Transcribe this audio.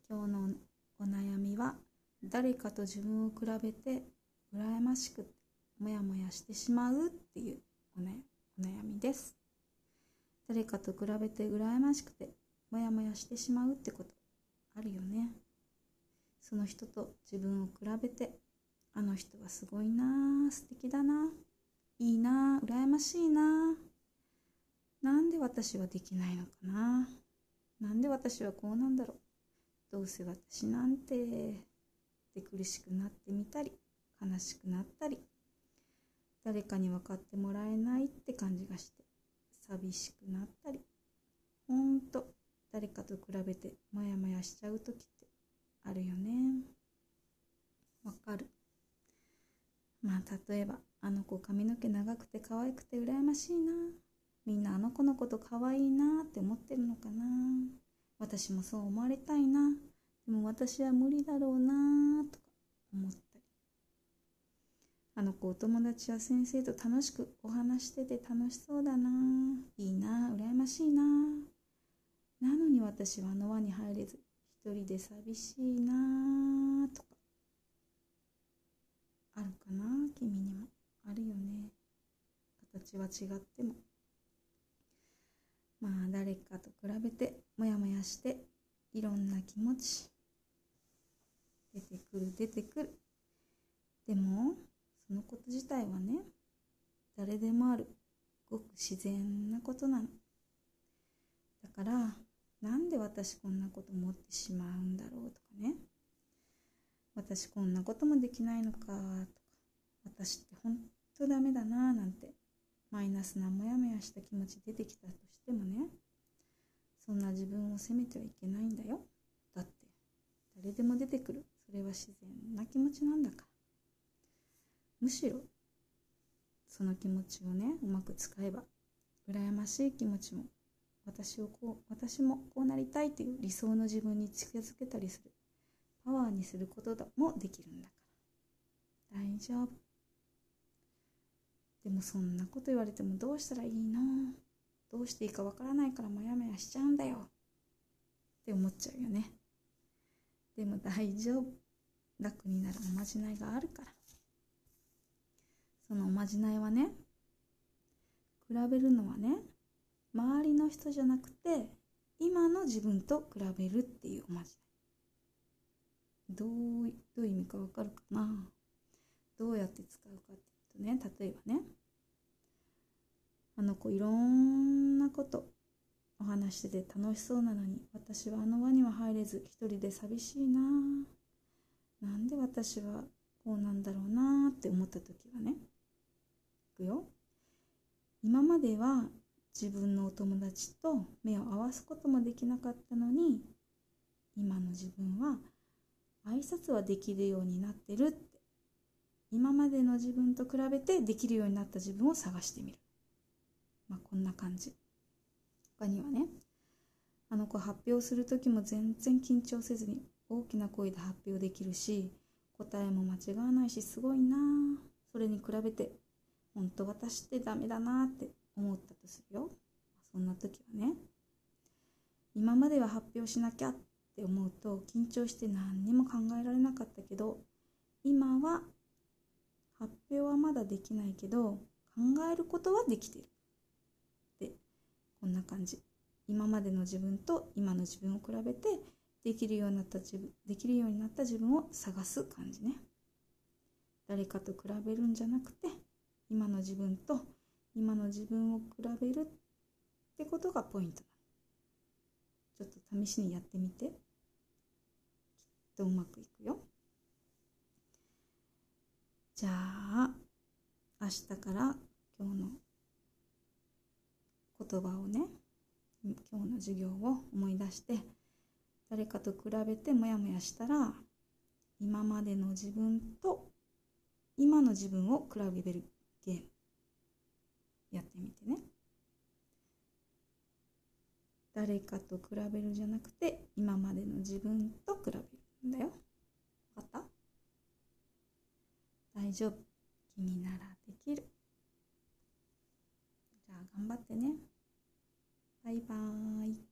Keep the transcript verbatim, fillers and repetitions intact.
今日のお悩みは、誰かと自分を比べて羨ましくてもやもやしてしまうっていうお、ね、お悩みです。誰かと比べて羨ましくてもやもやしてしまうってことあるよね。その人と自分を比べて、あの人はすごいな、素敵だな、いいな、羨ましいな、なんで私はできないのかな、なんで私はこうなんだろう、どうせ私なんてで苦しくなってみたり、悲しくなったり、誰かに分かってもらえないって感じがして寂しくなったり、ほんと誰かと比べてもやもやしちゃう時ってあるよね。わかる。まあ例えば、あの子髪の毛長くて可愛くて羨ましいな、みんなあの子のこと可愛いなって思ってるのかな、私もそう思われたいな、でも私は無理だろうなとか思ったり、あの子お友達や先生と楽しくお話してて楽しそうだな、いいな、羨ましいな、なのに私はあの輪に入れず一人で寂しいなとかあるかな。君にもあるよね。形は違っても。まあ誰かと比べてもやもやしていろんな気持ち出てくる出てくる。でもそのこと自体はね、誰でもあるごく自然なことなの。だからなんで私こんなこと思ってしまうんだろうとかね、私こんなこともできないのかとか、私ってほんとダメだななんてマイナスなモヤモヤした気持ち出てきたとしてもね、そんな自分を責めてはいけないんだよ。だって誰でも出てくる、それは自然な気持ちなんだから。むしろその気持ちをね、うまく使えば羨ましい気持ちも、私をこう私もこうなりたいという理想の自分に近づけたりするパワーにすることもできるんだから大丈夫。でもそんなこと言われてもどうしたらいいの、どうしていいかわからないからモヤモヤしちゃうんだよって思っちゃうよね。でも大丈夫、楽になるおまじないがあるから。そのおまじないはね、比べるのはね、周りの人じゃなくて今の自分と比べるっていうおまじない。どうどういう意味かわかるかな。どうやって使うかっていうとね、例えばね、あの子いろんなことお話してて楽しそうなのに、私はあの輪には入れず一人で寂しいな、なんで私はこうなんだろうなって思った時はね、いくよ。今までは自分のお友達と目を合わすこともできなかったのに、今の自分は挨拶はできるようになってるって、今までの自分と比べてできるようになった自分を探してみる。まあこんな感じ。他にはね、あの子発表する時も全然緊張せずに大きな声で発表できるし、答えも間違わないしすごいな、それに比べて本当私ってダメだなって思ったとするよ。そんな時はね、今までは発表しなきゃって思うと緊張して何にも考えられなかったけど、今は発表はまだできないけど考えることはできてるで、こんな感じ。今までの自分と今の自分を比べてできるようになった自分できるようになった自分を探す感じね。誰かと比べるんじゃなくて、今の自分と今の自分を比べるってことがポイントなの。ちょっと試しにやってみて。きっとうまくいくよ。じゃあ明日から今日の言葉をね、今日の授業を思い出して、誰かと比べてモヤモヤしたら、今までの自分と今の自分を比べるゲームやってみてね。誰かと比べるじゃなくて今までの自分と比べるんだよ。わかった？大丈夫、君ならできる。じゃあ頑張ってね。バイバーイ。